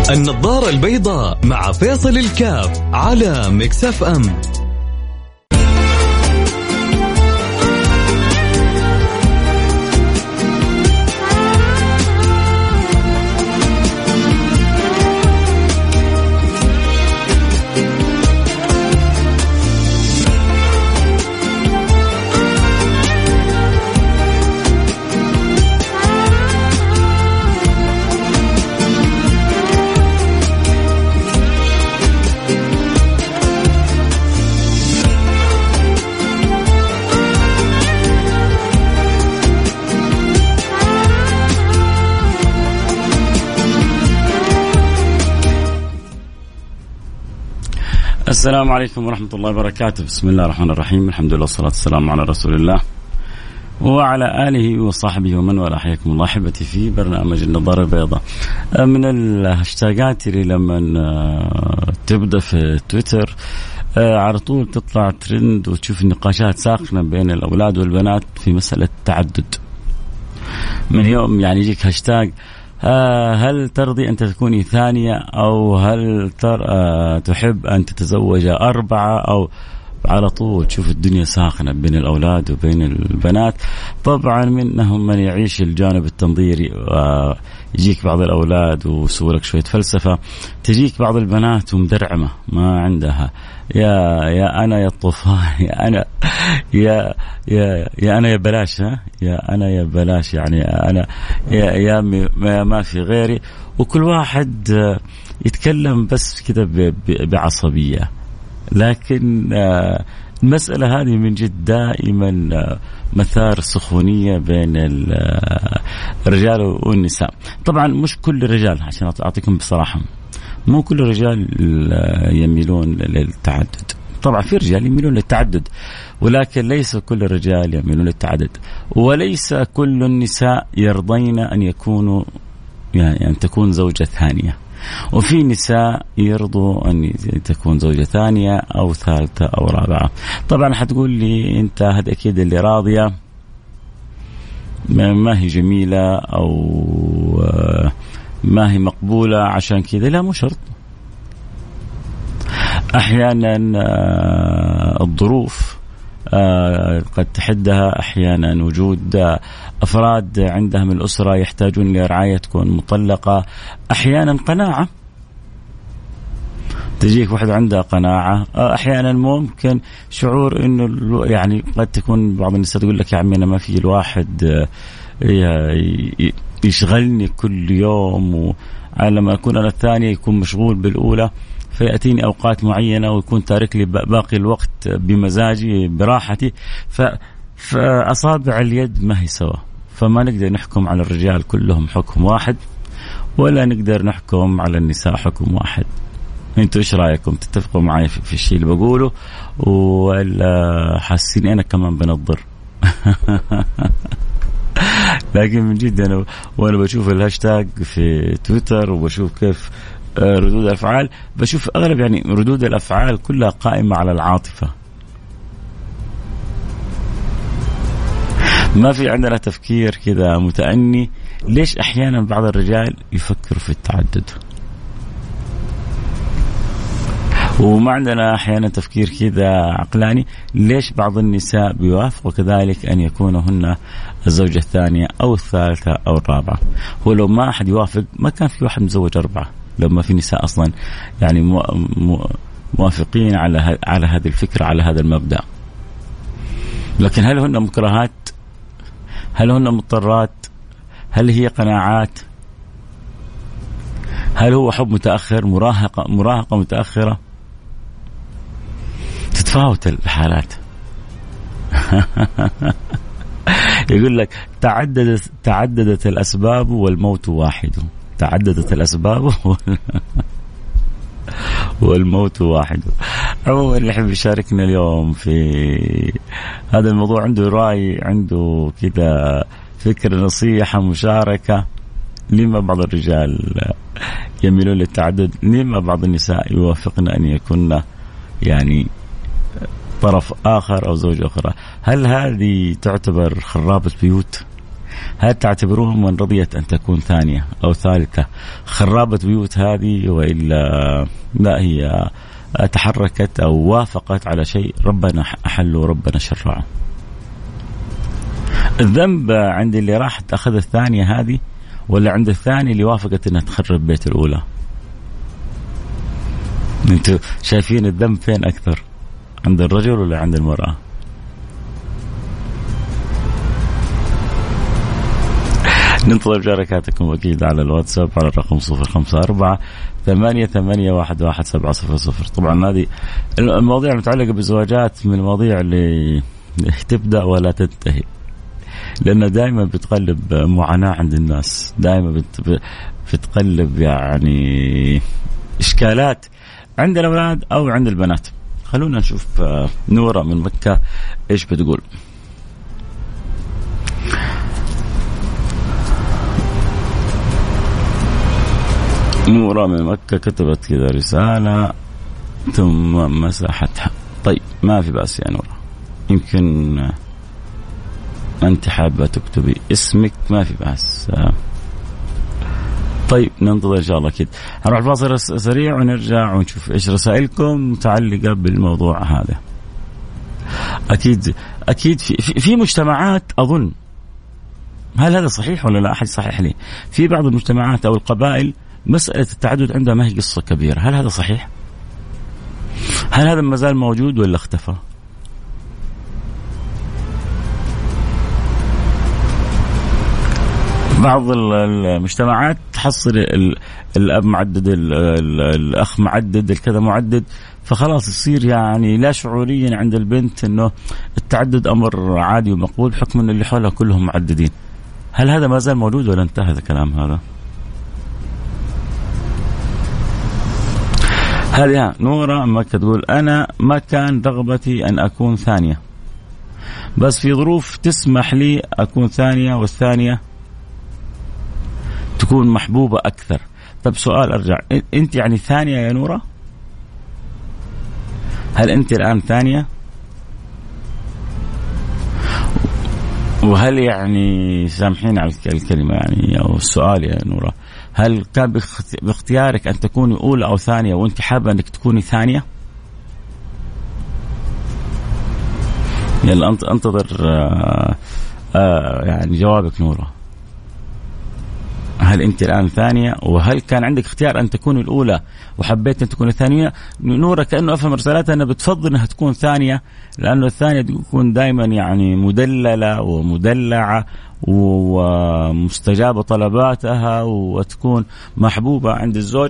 النظارة البيضاء مع فيصل الكاف على ميكس اف ام. السلام عليكم ورحمة الله وبركاته. بسم الله الرحمن الرحيم. الحمد لله والصلاة والسلام على رسول الله وعلى آله وصحبه ومن والاه. حياكم الله أحبتي في برنامج النظارة البيضاء. من الهاشتاجات اللي لما تبدأ في تويتر على طول تطلع ترند وتشوف النقاشات ساخنة بين الأولاد والبنات في مسألة التعدد. من يوم يعني يجيك هاشتاج هل ترضي أن تكوني ثانية، أو هل تحب أن تتزوج 4، أو على طول تشوف الدنيا ساخنة بين الأولاد وبين البنات. طبعا منهم من يعيش الجانب التنظيري، يجيك بعض الأولاد وسولك شوية فلسفة، تجيك بعض البنات ومدرعمة ما عندها يا أنا يا الطوفان يا أنا يا أنا يا بلاش، يا أنا يا بلاش، يعني أنا يا ما في غيري. وكل واحد يتكلم بس كده بعصبية. لكن المسألة هذه من جد دائما مثار سخونية بين الرجال والنساء. طبعا مش كل الرجال، عشان أعطيكم بصراحة، مو كل الرجال يميلون للتعدد. طبعا في رجال يميلون للتعدد، ولكن ليس كل الرجال يميلون للتعدد، وليس كل النساء يرضين أن يكونوا يعني أن تكون زوجة ثانية. وفي نساء يرضوا أن تكون زوجة ثانية أو ثالثة أو رابعة. طبعا حتقول لي أنت هذا أكيد اللي راضية ما هي جميلة أو ما هي مقبولة عشان كذا. لا، مو شرط. أحيانا الظروف قد تحدها، أحيانا وجود أفراد عندها من الأسرة يحتاجون لرعاية تكون مطلقة، أحيانا قناعة، تجيك واحد عندها قناعة، أحيانا ممكن شعور إنه يعني قد تكون بعض النساء تقول لك يا عمي أنا ما في الواحد يشغلني كل يوم، وعلى ما أكون أنا الثانية يكون مشغول بالأولى، فيأتيني أوقات معينة ويكون تارك لي باقي الوقت بمزاجي براحتي. فأصابع اليد ما هي سوا، فما نقدر نحكم على الرجال كلهم حكم واحد، ولا نقدر نحكم على النساء حكم واحد. انتوا ايش رايكم؟ تتفقوا معي في الشيء اللي بقوله، ولا حاسين انا كمان بنظر؟ لكن من جد أنا وأنا بشوف الهاشتاج في تويتر وبشوف كيف ردود الأفعال، بشوف أغلب يعني ردود الأفعال كلها قائمة على العاطفة. ما في عندنا تفكير كذا متأني. ليش أحيانا بعض الرجال يفكروا في التعدد، وما عندنا أحيانا تفكير كذا عقلاني؟ ليش بعض النساء بيوافقوا كذلك أن يكونوا هن الزوجة الثانية أو الثالثة أو الرابعة؟ هو لو ما أحد يوافق ما كان في واحد مزوج 4، لو ما في نساء أصلا يعني موافقين على هذه الفكرة، على هذا المبدأ. لكن هل هن مكرهات؟ هل هن مضطرات؟ هل هي قناعات؟ هل هو حب متأخر، مراهقة متأخرة؟ تتفاوت الحالات. يقول لك تعددت الأسباب والموت واحد. تعددت الأسباب والموت واحد. عموما اللي يحب يشاركنا اليوم في هذا الموضوع، عنده رأي، عنده كذا فكرة، نصيحة، مشاركة. لما بعض الرجال يميلون للتعدد؟ لما بعض النساء يوافقن أن يكون يعني طرف آخر أو زوج أخرى؟ هل هذه تعتبر خرابة بيوت؟ هل تعتبروها من رضيت أن تكون ثانية أو ثالثة خرابة بيوت هذه، وإلا لا هي تحركت أو وافقت على شيء ربنا أحله وربنا شرعه؟ الذنب عند اللي راحت أخذ الثانية هذه، ولا عند الثاني اللي وافقت أنها تخرب بيت الأولى؟ أنتوا شايفين الذنب فين أكثر، عند الرجل ولا عند المرأة؟ ننتظر مشاركاتكم أكيد على الواتساب على الرقم 0548811700. طبعا هذه المواضيع المتعلقة بالزواجات من المواضيع اللي تبدأ ولا تنتهي، لأنه دائما بتقلب معاناة عند الناس، دائما بتقلب يعني إشكالات عند الأولاد أو عند البنات. خلونا نشوف نورة من مكة إيش بتقول. نورة من مكة كتبت كذا رسالة ثم مسحتها. طيب ما في بأس يا نورة، يمكن أنت حابة تكتبي اسمك، ما في بأس. طيب ننتظر إن شاء الله. أكيد هنروح الفاصل سريع ونرجع ونشوف إيش رسائلكم متعلقة بالموضوع هذا. أكيد في مجتمعات أظن، هل هذا صحيح ولا لا؟ أحد صحيح لي. في بعض المجتمعات أو القبائل مسألة التعدد عندها ما هي قصة كبيرة، هل هذا صحيح؟ هل هذا ما زال موجود ولا اختفى؟ بعض المجتمعات تحصل الأب معدد، الأخ معدد، الكذا معدد، فخلاص يصير يعني لا شعوريا عند البنت إنه التعدد أمر عادي ومقبول بحكم إن اللي حولها كلهم معددين. هل هذا ما زال موجود ولا انتهى هذا الكلام هذا؟ هذه نورة ما تقول أنا ما كان رغبتي أن أكون ثانية، بس في ظروف تسمح لي أكون ثانية والثانية تكون محبوبة أكثر. طب سؤال أرجع، أنت يعني ثانية يا نورة؟ هل أنت الآن ثانية؟ وهل يعني سامحين على الكلمة يعني أو السؤال يا نورة، هل كان باختيارك أن تكوني أولى أو ثانية وأنت حابة أنك تكوني ثانية؟ يلا انتظر يعني جوابك نورة. هل أنت الآن ثانية، وهل كان عندك اختيار أن تكون الأولى وحبيت أن تكون الثانية؟ نورة كأنه أفهم رسالتها أنها بتفضل أنها تكون ثانية، لأنه الثانية تكون دائما يعني مدللة ومدلعة ومستجابة طلباتها وتكون محبوبة عند الزوج،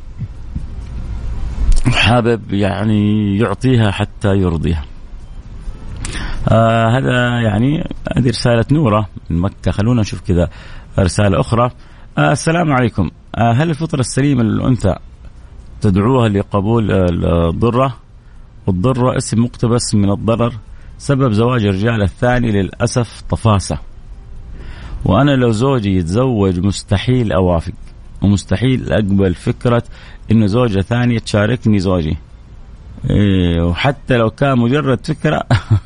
حابب يعني يعطيها حتى يرضيها. هذا يعني هذه رسالة نورة من مكة. خلونا نشوف كذا رسالة أخرى. السلام عليكم، هل الفطرة السليمة للأنثى تدعوها لقبول الضرة؟ والضرة اسم مقتبس من الضرر، سبب زواج الرجال الثاني للأسف طفاسة، وأنا لو زوجي يتزوج مستحيل أوافق، ومستحيل أقبل فكرة إنه زوجة ثانية تشاركني زوجي، وحتى لو كان مجرد فكرة.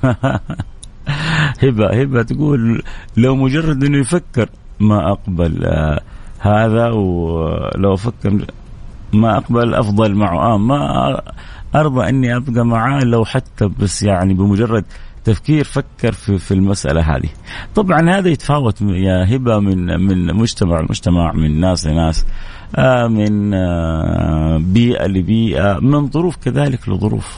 هبة تقول لو مجرد إنه يفكر ما أقبل هذا، ولو فكر ما أقبل أفضل معه، ما أرضى إني أبقى معاه لو حتى بس يعني بمجرد تفكير فكر في المسألة هذه. طبعا هذا يتفاوت يا هبة من مجتمع لمجتمع، من ناس لناس، من بيئة لبيئة، من ظروف كذلك لظروف.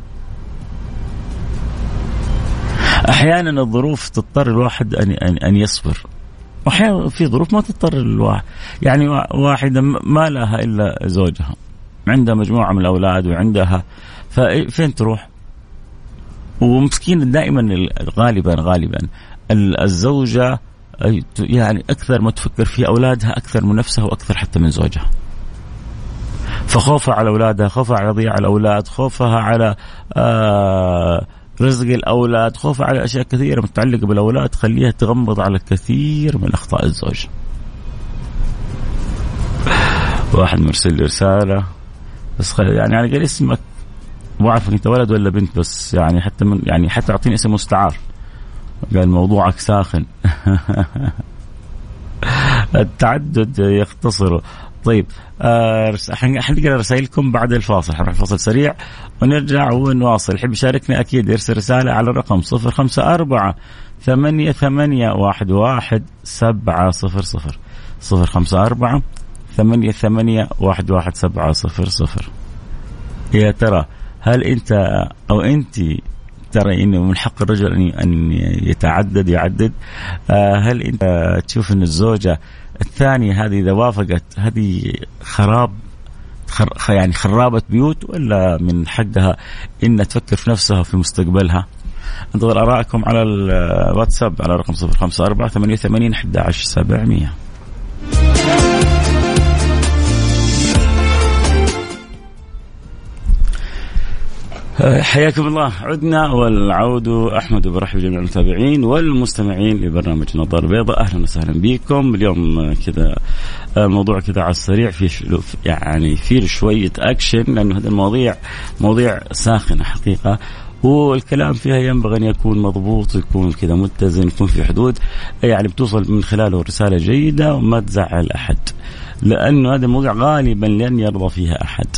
أحيانا الظروف تضطر الواحد أن يصبر، وأحيانا في ظروف ما تضطر الواحد. يعني واحدة ما لها إلا زوجها، عندها مجموعة من الأولاد وعندها، فين تروح؟ ومسكين دائما غالبا الزوجة يعني أكثر ما تفكر في أولادها أكثر من نفسها وأكثر حتى من زوجها، فخوفها على أولادها، خوفها على ضياع الأولاد، خوفها على رزق الأولاد، خوفها على أشياء كثيرة متعلقة بالأولاد تخليها تغمض على كثير من أخطاء الزوج. واحد مرسل لي رسالة بس يعني قال اسمك، ما أعرف أنت ولد ولا بنت، بس يعني حتى أعطيني اسم مستعار قال موضوعك ساخن. التعدد يختصره. طيب حنقرأ رسائلكم بعد الفاصل، حنروح فاصل سريع ونرجع ونواصل. يحب يشاركنا أكيد يرسل رسالة على الرقم 054-88-11-700 054-88-11-700. يا ترى هل أنت أو أنت ترى إنه من حق الرجل أن يعدد؟ هل أنت تشوف إن الزوجة الثانية هذه إذا وافقت هذه يعني خرابة بيوت، ولا من حقها إن تفكر في نفسها وفي مستقبلها؟ انتظر آرائكم على الواتساب على رقم 054-88-11-700. حياكم الله. عدنا والعود أحمد، وبرحب جميع المتابعين والمستمعين لبرنامج نظارة بيضاء. أهلا وسهلا بكم. اليوم كذا موضوع كذا على السريع، في شوية أكشن، لأنه هذا مواضيع ساخنة حقيقة، والكلام فيها ينبغي أن يكون مضبوط، يكون كذا متزن، يكون في حدود، يعني بتوصل من خلاله رسالة جيدة وما تزعل أحد، لأنه هذا الموضوع غالبا لن يرضى فيها أحد.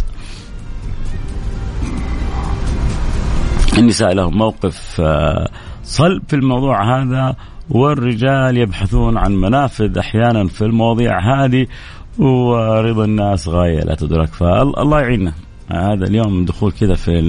النساء لهم موقف صلب في الموضوع هذا، والرجال يبحثون عن منافذ أحيانا في المواضيع هذه، ورضا الناس غاية لا تدرك. فالله يعيننا. هذا اليوم دخول كذا في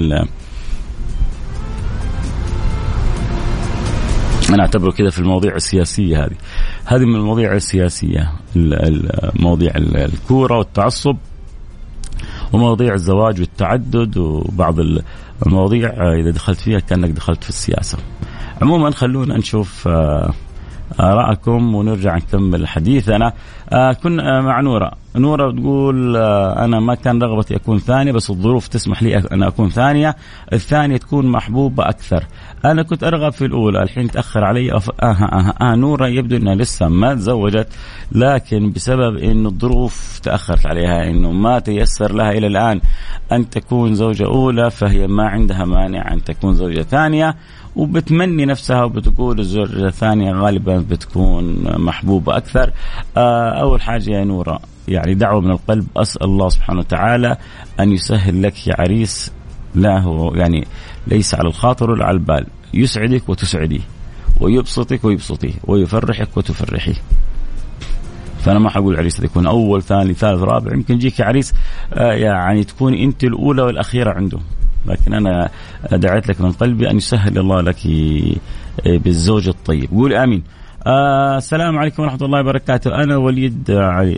أنا أعتبره كذا في المواضيع السياسية. هذه من المواضيع السياسية، المواضيع الكورة والتعصب، ومواضيع الزواج والتعدد، وبعض المواضيع إذا دخلت فيها كأنك دخلت في السياسة. عموما خلونا نشوف آراءكم ونرجع نكمل حديثنا. كنا مع نورة تقول أنا ما كان رغبتي أكون ثانية، بس الظروف تسمح لي أن أكون ثانية. الثانية تكون محبوبة أكثر. أنا كنت أرغب في الأولى، الحين تأخر علي. نورة يبدو أنها لسه ما تزوجت، لكن بسبب أن الظروف تأخرت عليها، أنه ما تيسر لها إلى الآن أن تكون زوجة أولى، فهي ما عندها مانع أن تكون زوجة ثانية، وبتمني نفسها وبتقول الزوجة الثانية غالبا بتكون محبوبة أكثر. أول حاجة يا نورة، يعني دعوة من القلب، أسأل الله سبحانه وتعالى أن يسهل لك يا عريس، لا هو يعني ليس على الخاطر ولا على البال، يسعدك وتسعديه، ويبسطك ويبسطيه، ويفرحك وتفرحيه. فأنا ما حقول عريس يكون أول ثاني ثالث رابع، يمكن يجيك عريس يعني تكون أنت الأولى والأخيرة عنده، لكن أنا دعيت لك من قلبي أن يسهل الله لك بالزوج الطيب. قول آمين. السلام عليكم ورحمة الله وبركاته. أنا وليد علي.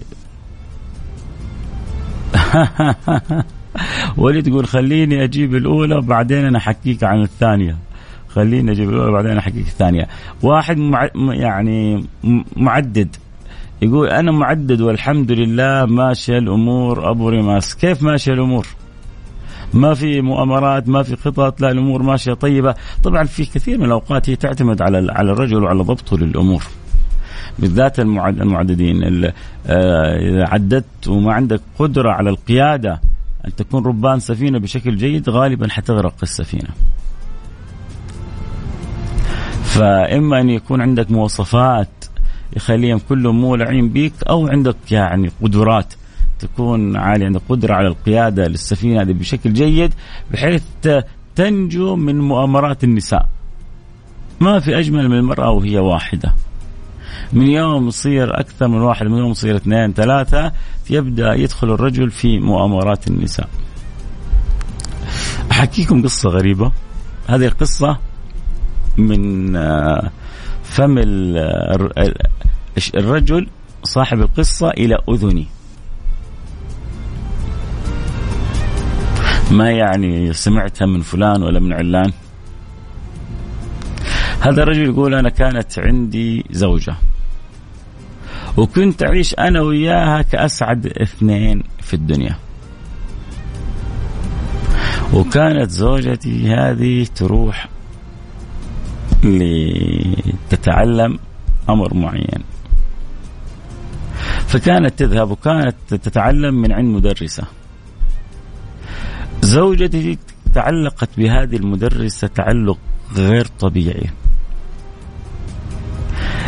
وليد تقول خليني أجيب الأولى وبعدين أنا أحكيك عن الثانية. خليني أجيب الأولى وبعدين أنا أحكيك الثانية. واحد يعني معدد يقول أنا معدد والحمد لله ماشية الأمور أبو رماس. كيف ماشية الأمور؟ ما في مؤامرات، ما في خطط، لا الأمور ماشية طيبة. طبعا في كثير من الأوقات هي تعتمد على الرجل وعلى ضبطه للأمور، بالذات المعددين. إذا عددت وما عندك قدرة على القيادة أن تكون ربان سفينة بشكل جيد، غالبا حتغرق السفينة. فإما أن يكون عندك مواصفات يخليهم كلهم مولعين بيك، أو عندك يعني قدرات تكون عالية، عندك قدرة على القيادة للسفينة هذه بشكل جيد، بحيث تنجو من مؤامرات النساء. ما في أجمل من المرأة وهي واحدة. من يوم يصير أكثر من واحد، من يوم يصير 2 3 يبدأ يدخل الرجل في مؤامرات النساء. أحكيكم قصة غريبة. هذه القصة من فم الرجل صاحب القصة إلى أذني. ما يعني سمعتها من فلان ولا من علان. هذا الرجل يقول أنا كانت عندي زوجة وكنت أعيش أنا وياها كأسعد 2 في الدنيا، وكانت زوجتي هذه تروح لتتعلم أمر معين، فكانت تذهب وكانت تتعلم من عند مدرسة. زوجتي تعلقت بهذه المدرسة تعلق غير طبيعي،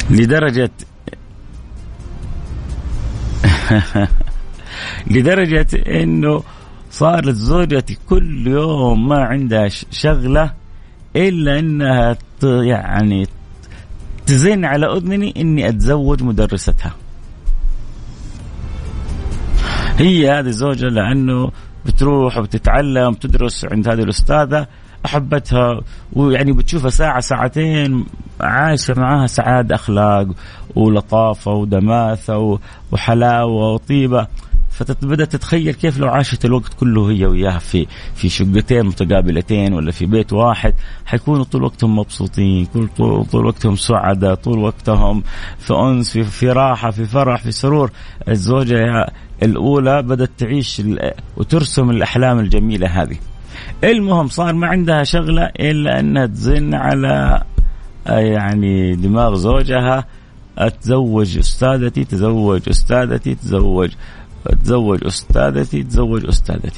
لدرجة إنه صارت زوجتي كل يوم ما عندها شغلة إلا إنها يعني تزن على أذني إني أتزوج مدرستها. هي هذه الزوجة لأنه بتروح وبتتعلم وبتدرس عند هذه الأستاذة، أحبتها ويعني بتشوفها ساعة ساعتين عايشة معها سعادة أخلاق ولطافة ودماثة وحلاوة وطيبة. فبدأت تتخيل كيف لو عاشت الوقت كله هي وياها في شقتين متقابلتين ولا في بيت واحد، حيكونوا طول وقتهم مبسوطين، طول وقتهم سعداء، طول وقتهم في أنس، في راحة، في فرح، في سرور. الزوجة الأولى بدأت تعيش وترسم الأحلام الجميلة هذه. المهم صار ما عندها شغلة إلا أنها تزن على يعني دماغ زوجها، أتزوج أستاذتي، تزوج أستاذتي، تزوج أستاذتي، تزوج أستاذتي.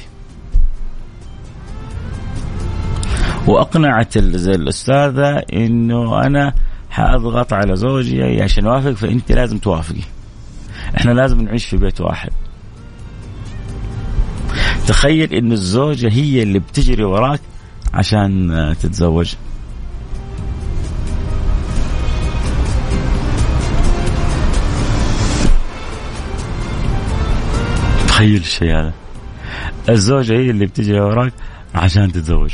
وأقنعت الأستاذة إنه أنا حأضغط على زوجي عشان أوافق، فأنت لازم توافقي، إحنا لازم نعيش في بيت واحد. تخيل إن الزوجة هي اللي بتجري وراك عشان تتزوج. تخيل الشيء هذا، الزوجة هي اللي بتجري وراك عشان تتزوج.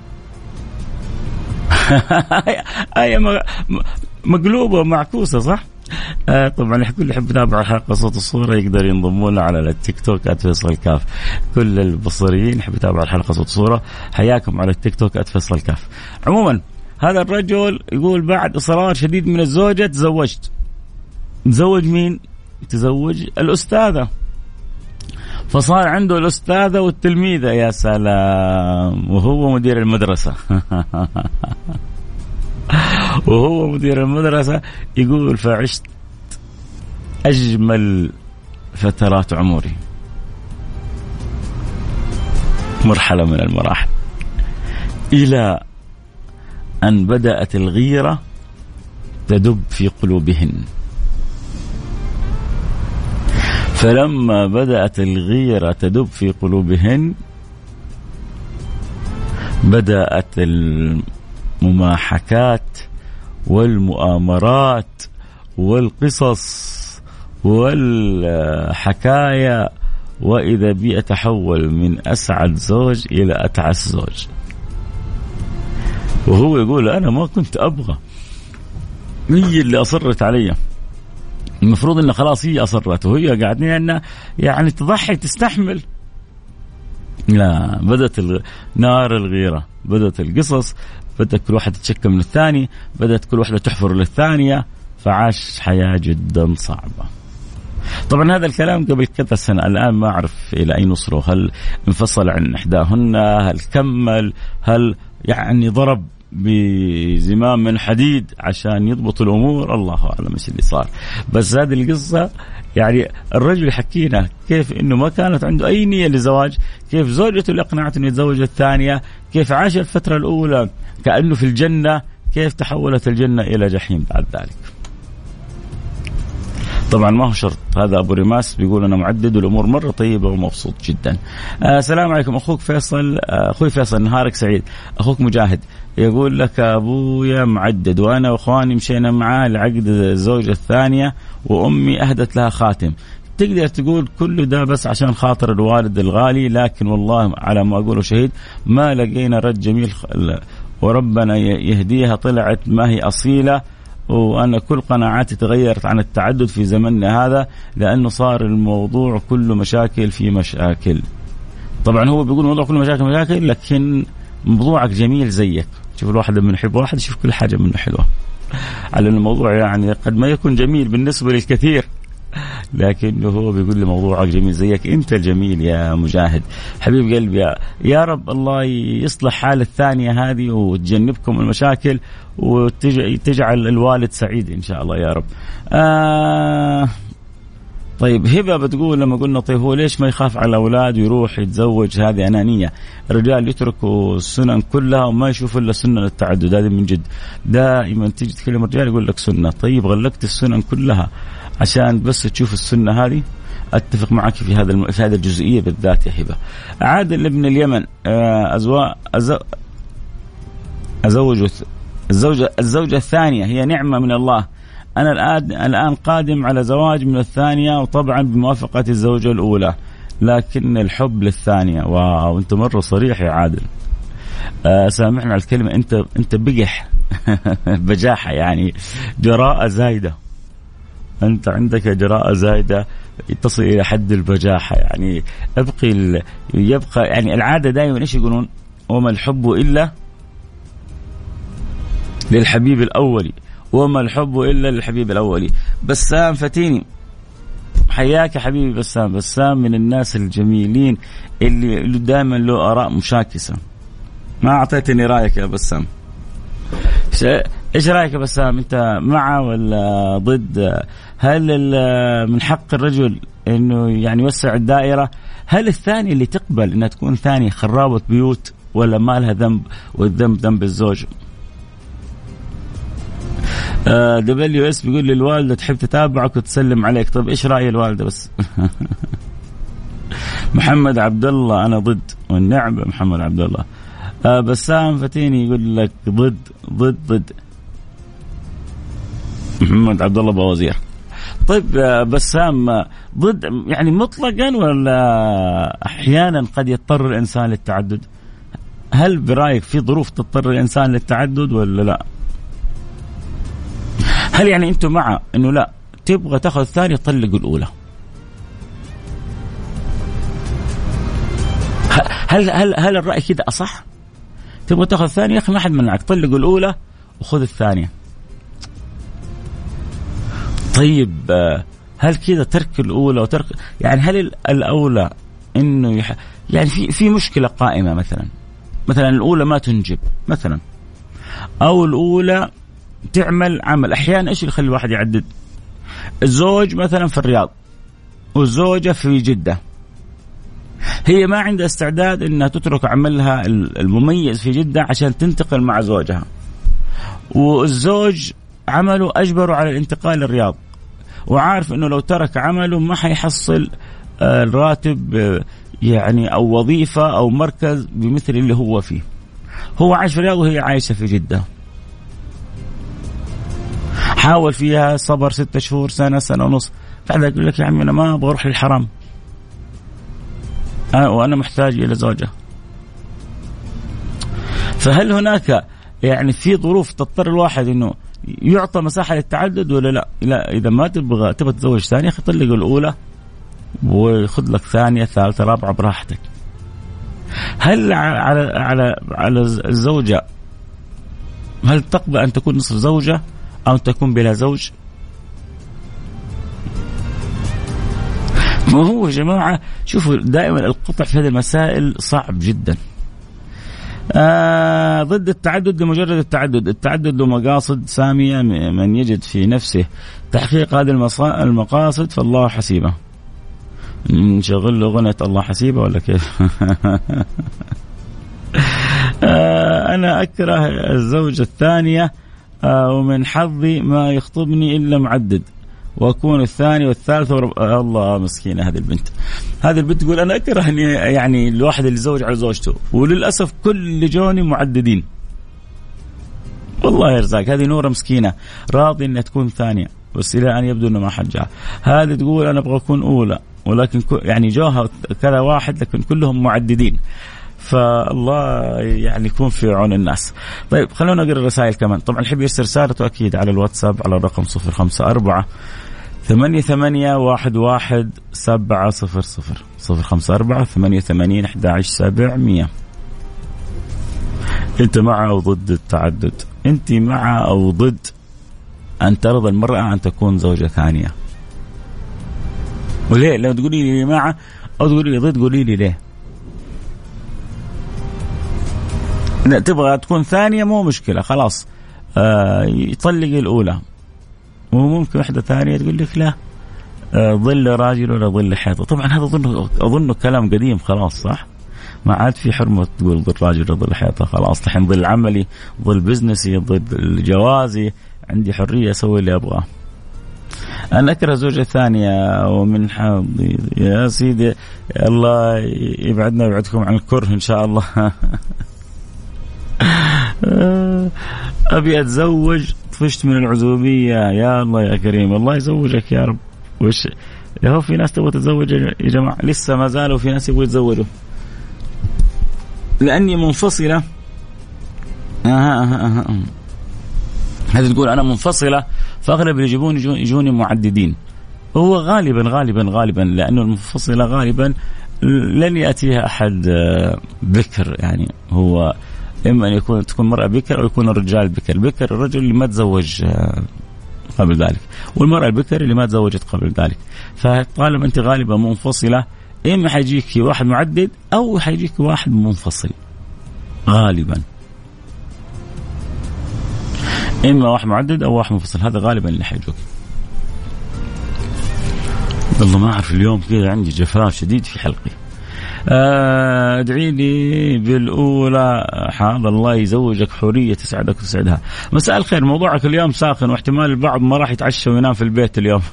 هي مقلوبة ومعكوسة صح؟ طبعا الكل يحب يتابع حلقة صوت الصورة يقدر ينضمون على التيك توك @فيصل كاف. كل البصريين يحب يتابع الحلقة صوت الصورة حياكم على التيك توك @فيصل كاف. عموما هذا الرجل يقول بعد إصرار شديد من الزوجة تزوجت. تزوج مين؟ تزوج الأستاذة. فصار عنده الأستاذة والتلميذة، يا سلام، وهو مدير المدرسة. وهو مدير المدرسة يقول فعشت أجمل فترات عمري. مرحلة من المراحل إلى أن بدأت الغيرة تدب في قلوبهن. فلما بدأت الغيرة تدب في قلوبهن بدأت المماحكات والمؤامرات والقصص والحكاية، وإذا بي أتحول من أسعد زوج إلى أتعس زوج. وهو يقول أنا ما كنت أبغى، هي اللي أصرت علي، المفروض إن خلاص هي أصرت وهي قاعدين أن يعني تضحي تستحمل. لا، بدأت نار الغيرة، بدأت القصص، بدأت كل واحد تشكى من الثاني، بدأت كل واحدة تحفر للثانية، فعاش حياة جدا صعبة. طبعا هذا الكلام قبل كذا سنة، الآن ما أعرف إلى أين وصلوا، هل انفصل عن إحداهن، هل كمل، هل يعني ضرب بزمام من حديد عشان يضبط الأمور، الله أعلم إيش اللي صار. بس هذه القصة يعني الرجل يحكينا كيف إنه ما كانت عنده أي نية للزواج، كيف زوجته اللي أقنعته إنه يتزوج الثانية، كيف عاش الفترة الأولى كأنه في الجنة، كيف تحولت الجنة إلى جحيم بعد ذلك. طبعا ما هو شرط. هذا أبو رماس بيقول أنا معدد والأمور مرة طيبة ومبسوط جدا. السلام عليكم أخوك فيصل، أخوي فيصل نهارك سعيد. أخوك مجاهد يقول لك أبويا معدد وأنا وأخواني مشينا معاه لعقد الزوجة الثانية وأمي أهدت لها خاتم. تقدر تقول كل ده بس عشان خاطر الوالد الغالي، لكن والله على ما أقوله شهيد ما لقينا رد جميل وربنا يهديها، طلعت ما هي أصيلة، وأنا كل قناعاتي تغيرت عن التعدد في زمننا هذا لأنه صار الموضوع كله مشاكل في مشاكل. طبعا هو بيقول الموضوع كله مشاكل، لكن موضوعك جميل زيك. شوف الواحد من يحب واحد يشوف كل حاجة منه حلوة، على الموضوع يعني قد ما يكون جميل بالنسبة للكثير، لكنه هو بيقول لي موضوعك جميل زيك. انت الجميل يا مجاهد حبيب قلبي. يا رب الله يصلح حال الثانية هذه وتجنبكم المشاكل وتجعل الوالد سعيد إن شاء الله يا رب. طيب هبة بتقول لما قلنا طيب هو ليش ما يخاف على الأولاد ويروح يتزوج؟ هذه أنانية. الرجال يتركوا السنن كلها وما يشوفوا إلا سنة التعدد. هذه من جد دائما تيجي تكلم الرجال يقول لك سنة. طيب غلقت السنن كلها عشان بس تشوف السنة هذه؟ أتفق معك في هذا الجزئية بالذات يا هبة. عادل ابن اليمن الزوجة الثانية هي نعمة من الله. أنا الآن قادم على زواج من الثانية وطبعا بموافقة الزوجة الأولى، لكن الحب للثانية. واو أنت مرة صريح يا عادل. سامحنا على الكلمة، أنت بقح بجاحة يعني، جراءة زايدة. أنت عندك جراءة زايدة تصل إلى حد البجاحة يعني. يبقى يعني العادة دائما إيش يقولون؟ وما الحب إلا للحبيب الأولي، وما الحب إلا للحبيب الأولي. بسام فتيني حياك حبيبي بسام. بسام من الناس الجميلين اللي دائما له آراء مشاكسة. ما أعطيتني رأيك يا بسام. إيش رأيك يا بسام؟ أنت مع ولا ضد؟ هل من حق الرجل إنه يعني يوسع الدائرة؟ هل الثاني اللي تقبل إنها تكون ثاني خرابة بيوت، ولا ما لها ذنب والذنب ذنب الزوج؟ دبليو اس بيقول لي الوالدة تحب تتابعك وتسلم عليك. طب إيش رأي الوالدة بس؟ محمد عبد الله أنا ضد، والنعم محمد عبد الله. بسام فتيني يقول لك ضد. محمد عبد الله بوزير. طيب بسام ضد يعني مطلقا، ولا أحيانا قد يضطر الإنسان للتعدد؟ هل برأيك في ظروف تضطر الإنسان للتعدد ولا لا؟ هل يعني أنتم مع إنه لا تبغى تأخذ الثانية طلقوا الأولى؟ هل الرأي كده أصح؟ تبغى تأخذ الثانية يا أخي ما حد منعك، طلقوا الأولى وخذ الثانية. طيب هل كده ترك الأولى وترك يعني هل الأولى إنه يعني في مشكلة قائمة مثلا الأولى ما تنجب مثلا، أو الأولى تعمل عمل. أحيانا إيش اللي يخلي الواحد يعدد؟ الزوج مثلا في الرياض والزوجة في جدة، هي ما عندها استعداد إنها تترك عملها المميز في جدة عشان تنتقل مع زوجها، والزوج عمله أجبره على الانتقال للرياض، وعارف إنه لو ترك عمله ما حيحصل الراتب يعني أو وظيفة أو مركز بمثل اللي هو فيه. هو عايش في الرياض وهي عايشة في جدة. حاول فيها صبر 6 شهور سنة ونص، بعد يقول لك يا عمي أنا ما أبغى أروح للحرام، وأنا محتاج إلى زوجة. فهل هناك يعني في ظروف تضطر الواحد إنه يعطى مساحة للتعدد ولا لا؟ لا، إذا ما تبغى تتزوج ثانية طلق الأولى وخذ لك ثانية ثالثة رابعة براحتك. هل على الزوجة هل تقبل أن تكون نصف زوجة أو تكون بلا زوج؟ ما هو يا جماعة شوفوا دائما القطع في هذه المسائل صعب جدا. ضد التعدد لمجرد التعدد له مقاصد سامية، من يجد في نفسه تحقيق هذه المقاصد فالله حسيبه. نشغل له غنة الله حسيبه ولا كيف؟ أنا أكره الزوجة الثانية ومن حظي ما يخطبني إلا معدد، وأكون الثاني والثالث الله مسكينة هذه البنت تقول أنا أكره يعني الواحد اللي يزوج على زوجته، وللأسف كل اللي جوني معددين. والله يرزاق هذه نورة مسكينة راضي أنها تكون ثانية بس إلى أن يبدو أنه ما حد جاء. هذه تقول أنا أبغى أكون أولى ولكن يعني جوها كذا واحد لكن كلهم معددين. فالله يعني يكون في عون الناس. طيب خلونا نقرأ الرسائل كمان. طبعا الحب يرسل رسالته أكيد على الواتساب على الرقم 054 88 11 700 054 88 11 700. أنت مع أو ضد التعدد؟ أنت مع أو ضد أن ترضى المرأة أن تكون زوجة ثانية؟ وليه؟ لو تقولي لي مع أو تقولي لي ضد قولي لي ليه. لا تبغى تكون ثانية مو مشكلة خلاص يطلق الأولى، وممكن واحدة ثانية تقول لك لا ظل راجل ولا ظل حيطة. طبعا هذا أظنه كلام قديم خلاص، صح؟ ما عاد في حرمة تقول ظل راجل ولا ظل حيطة، خلاص الحين ظل عملي، ظل بزنسي، ظل جوازي، عندي حرية أسوي اللي أبغاه. أنا أكره زوجة ثانية ومن حظي يا سيدي، الله يبعدنا ويبعدكم عن الكره إن شاء الله. أبي أتزوج، طفشت من العزوبية، يا الله يا كريم، الله يزوجك يا رب. وش هو في ناس تبغى تتزوج يا جماعة؟ لسه ما زالوا في ناس يبغوا يتزوجوا. لأني منفصلة. هذا تقول أنا منفصلة، فأغلب اللي يجوني معددين. هو غالبا لأنه المنفصلة غالبا لن يأتيها أحد بكر، يعني هو إما أن تكون مرأة بكر أو يكون الرجال بكر. بكر الرجل اللي ما تزوج قبل ذلك، والمرأة البكر اللي ما تزوجت قبل ذلك. فطالما أنت غالبا منفصلة، إما حيجيك واحد معدد أو حيجيك واحد منفصل. غالبا إما واحد معدد أو واحد منفصل، هذا غالبا اللي حيجوك. والله ما أعرف، اليوم كذا عندي جفاف شديد في حلقي. ادعي لي بالأولى. حاضر، الله يزوجك حورية تسعدك وتسعدها. مساء الخير، موضوعك اليوم ساخن، واحتمال البعض ما راح يتعشى وينام في البيت اليوم.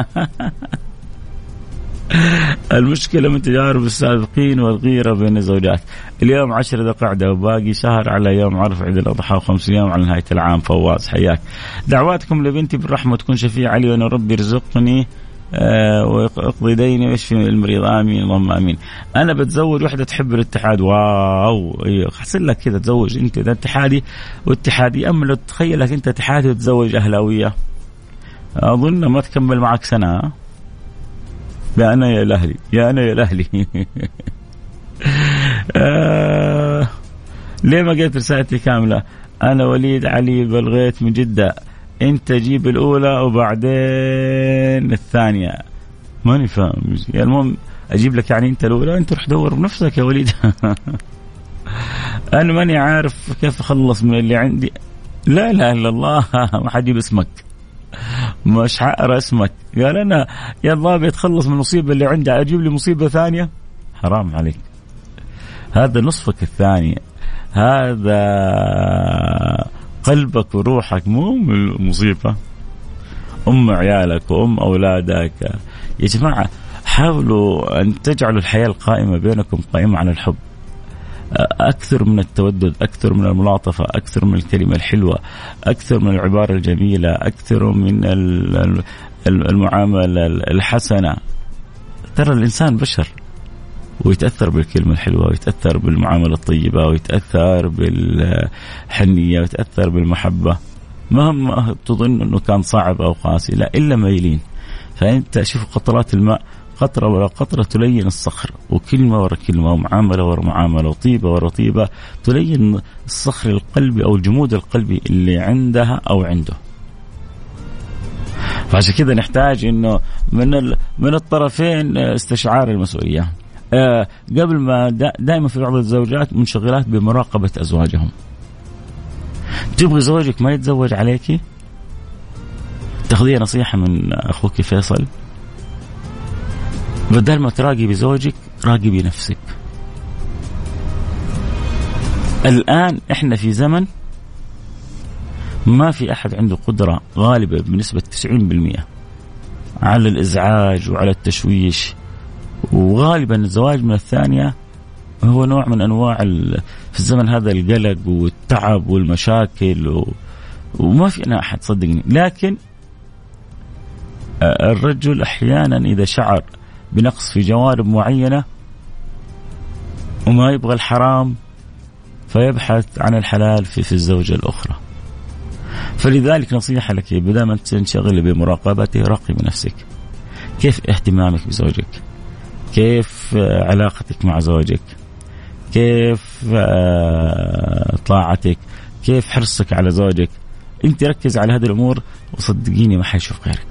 المشكلة من تجارب السابقين والغيرة بين الزوجات. اليوم 10 ذي القعدة وباقي شهر على يوم عرف عيد الأضحى و5 أيام على نهاية العام. فواز حياك. دعواتكم لبنتي بالرحمة تكون شفيعة لي، وأن ربي يرزقني ويقضي ديني ويشفي المريض. آمين اللهم آمين. أنا بتزوج واحدة تحب الاتحاد. واو، حسن لك كذا تزوج أنت ده اتحادي واتحادي. أما لو تخيلك أنت اتحادي وتزوج أهلاوية، أظن ما تكمل معك سنة. يا أنا يا الأهلي، يا أنا يا الأهلي. ليه ما قلت رسالتي كاملة؟ أنا وليد علي بلغيت من جدة. أنت جيب الأولى وبعدين الثانية. ماني فاهم. المهم أجيب لك يعني أنت الأولى، أنت روح دور بنفسك يا وليد. أنا ماني عارف كيف أخلص من اللي عندي. لا إله إلا الله، ما حجيب اسمك، مش حقرأ اسمك. قال أنا يا الله بيتخلص من المصيبة اللي عندي، أجيب لي مصيبة ثانية؟ حرام عليك، هذا نصفك الثاني، هذا قلبك وروحك، مو مصيبة. أم عيالك وأم أولادك. يا جماعة حاولوا أن تجعلوا الحياة القائمة بينكم قائمة على الحب، أكثر من التودد، أكثر من الملاطفة، أكثر من الكلمة الحلوة، أكثر من العبارة الجميلة، أكثر من المعاملة الحسنة. ترى الإنسان بشر ويتأثر بالكلمة الحلوة، ويتأثر بالمعاملة الطيبة، ويتأثر بالحنية، ويتأثر بالمحبة، مهما تظن أنه كان صعب أو قاسي، لا إلا ميلين. فأنت شوف قطرات الماء، قطرة ورا قطرة تلين الصخر، وكلمة ورا كلمة، ومعاملة ورا معاملة، وطيبة ورا طيبة تلين الصخر القلبي أو الجمود القلبي اللي عندها أو عنده. فعشان كذا نحتاج إنه من الطرفين استشعار المسؤولية. قبل ما دائما في بعض الزوجات منشغلات بمراقبة أزواجهم. تبغي زوجك ما يتزوج عليكي؟ تاخذيها نصيحة من أخوك فيصل، بدل ما تراقبي زوجك راقبي نفسك. الآن إحنا في زمن ما في أحد عنده قدرة غالبة بنسبة 90% على الإزعاج وعلى التشويش، وغالبا الزواج من الثانية هو نوع من أنواع في الزمن هذا القلق والتعب والمشاكل وما في أنا أحد صدقني. لكن الرجل أحيانا إذا شعر بنقص في جوانب معينة وما يبغى الحرام فيبحث عن الحلال في الزوجة الأخرى. فلذلك نصيحة لك، بدل ما تنشغل بمراقبته راقبي نفسك. كيف اهتمامك بزوجك؟ كيف علاقتك مع زوجك؟ كيف طاعتك؟ كيف حرصك على زوجك؟ انت ركز على هذه الأمور وصدقيني ما حيشوف غيرك.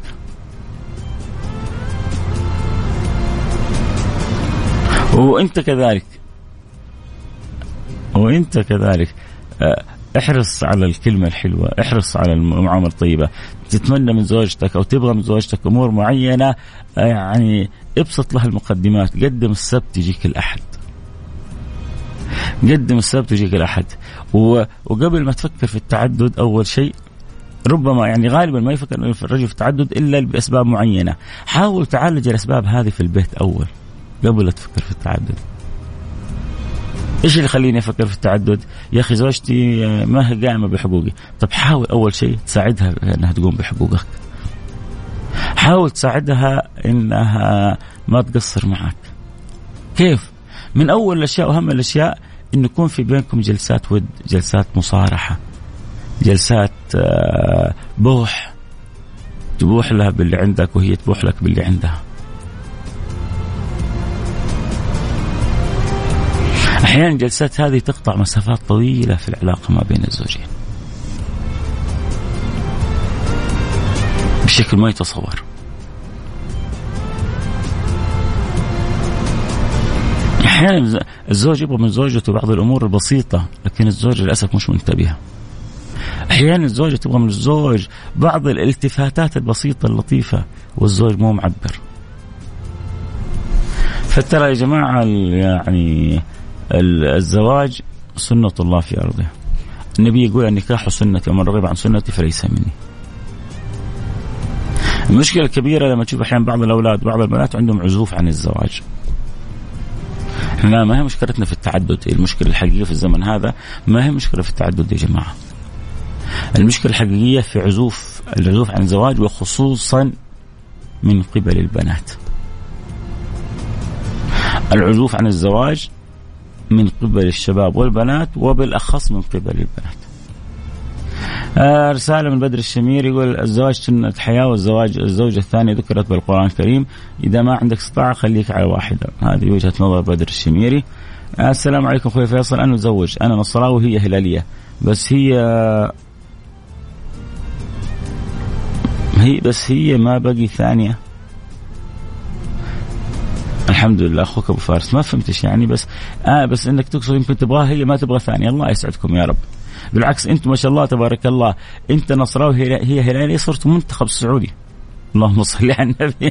وانت كذلك احرص على الكلمة الحلوة، احرص على المعاملة الطيبة. تتمنى من زوجتك أو تبغى من زوجتك أمور معينة، يعني ابسط لها المقدمات. قدم السبت يجيك الأحد، قدم السبت يجيك الأحد. وقبل ما تفكر في التعدد أول شيء، ربما يعني غالبا ما يفكر الرجل في التعدد إلا بأسباب معينة. حاول تعالج الأسباب هذه في البيت أول قبل لا تفكر في التعدد. إيش اللي يخليني أفكر في التعدد؟ يا أخي زوجتي ما هي قائمة بحقوقي. طب حاول أول شيء تساعدها أنها تقوم بحقوقك، حاول تساعدها أنها ما تقصر معك. كيف؟ من أول الأشياء وأهم الأشياء إنه يكون في بينكم جلسات ود، جلسات مصارحة، جلسات بوح، تبوح لها باللي عندك وهي تبوح لك باللي عندها. أحيانا الجلسات هذه تقطع مسافات طويلة في العلاقة ما بين الزوجين بشكل ما يتصور. أحيانا الزوج يبغى من زوجته بعض الأمور البسيطة، لكن الزوج للأسف مش منتبه. أحيانا الزوجة تبغى من الزوج بعض الالتفاتات البسيطة اللطيفة والزوج مو معبر. فترى يا جماعة يعني الزواج سنة الله في أرضه. النبي يقول النكاح سنتي ومن رغب عن سنتي فليس مني. المشكلة الكبيرة لما تشوف أحيانا بعض الأولاد بعض البنات عندهم عزوف عن الزواج. ما هي مشكلتنا في التعدد، المشكلة الحقيقية في الزمن هذا ما هي مشكلة في التعدد يا جماعة. المشكلة الحقيقية في العزوف عن الزواج، وخصوصا من قبل البنات. العزوف عن الزواج من قبل الشباب والبنات، وبالأخص من قبل البنات. رسالة من بدر الشمير يقول الزواج سنة حياة، والزواج الزوجة الثانية ذكرت بالقرآن الكريم، إذا ما عندك استطاعة خليك على واحدة. هذه وجهة نظر بدر الشميري. السلام عليكم أخوي فيصل، أنا متزوج، أنا نصراوي وهي هلالية، بس هي ما بقي ثانية. الحمد لله. أخوك أبو فارس ما فهمتش يعني، بس إنك تقصد يمكن تبغاها هي ما تبغى ثانية. الله يسعدكم يا رب. بالعكس أنتم ما شاء الله تبارك الله، أنت نصراوي هي هلالية، صرت منتخب سعودي. اللهم صل على النبي.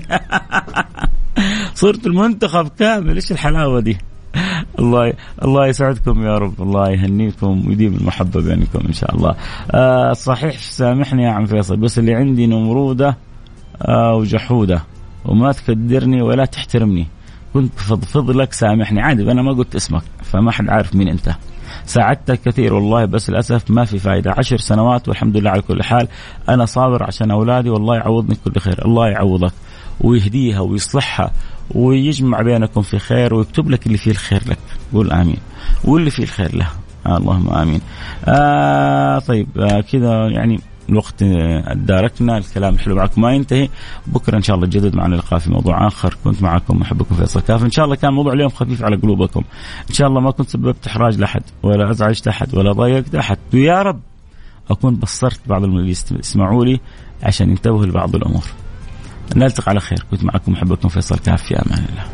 صرت المنتخب كامل. إيش الحلاوة دي؟ الله يسعدكم يا رب، الله يهنيكم ويديم المحبة بينكم إن شاء الله. صحيح سامحني يا عم فيصل، بس اللي عندي نمرودة وجحودة وما تقدرني ولا تحترمني، كنت بفضفض لك سامحني. عادي، أنا ما قلت اسمك فما حد عارف مين أنت. ساعدتك كثير والله، بس للأسف ما في فائدة. 10 سنوات والحمد لله على كل حال. أنا صابر عشان أولادي، والله يعوضني كل خير. الله يعوضك ويهديها ويصلحها ويجمع بينكم في خير، ويكتب لك اللي فيه الخير لك. قول آمين. واللي فيه الخير له. اللهم آمين. طيب كذا يعني الوقت أداركنا، الكلام الحلو معكم ما ينتهي. بكرة إن شاء الله جدد معنا لقاء في موضوع آخر. كنت معكم محبكم فيصل كاف. إن شاء الله كان موضوع اليوم خفيف على قلوبكم. إن شاء الله ما كنت سببت إحراج لأحد ولا أزعجت أحد ولا ضايقت أحد، ويا رب أكون بصرت بعض اللي يسمعوا لي عشان ينتبهوا لبعض الأمور. نلتقي على خير. كنت معكم محبكم فيصل كاف، في أمان الله.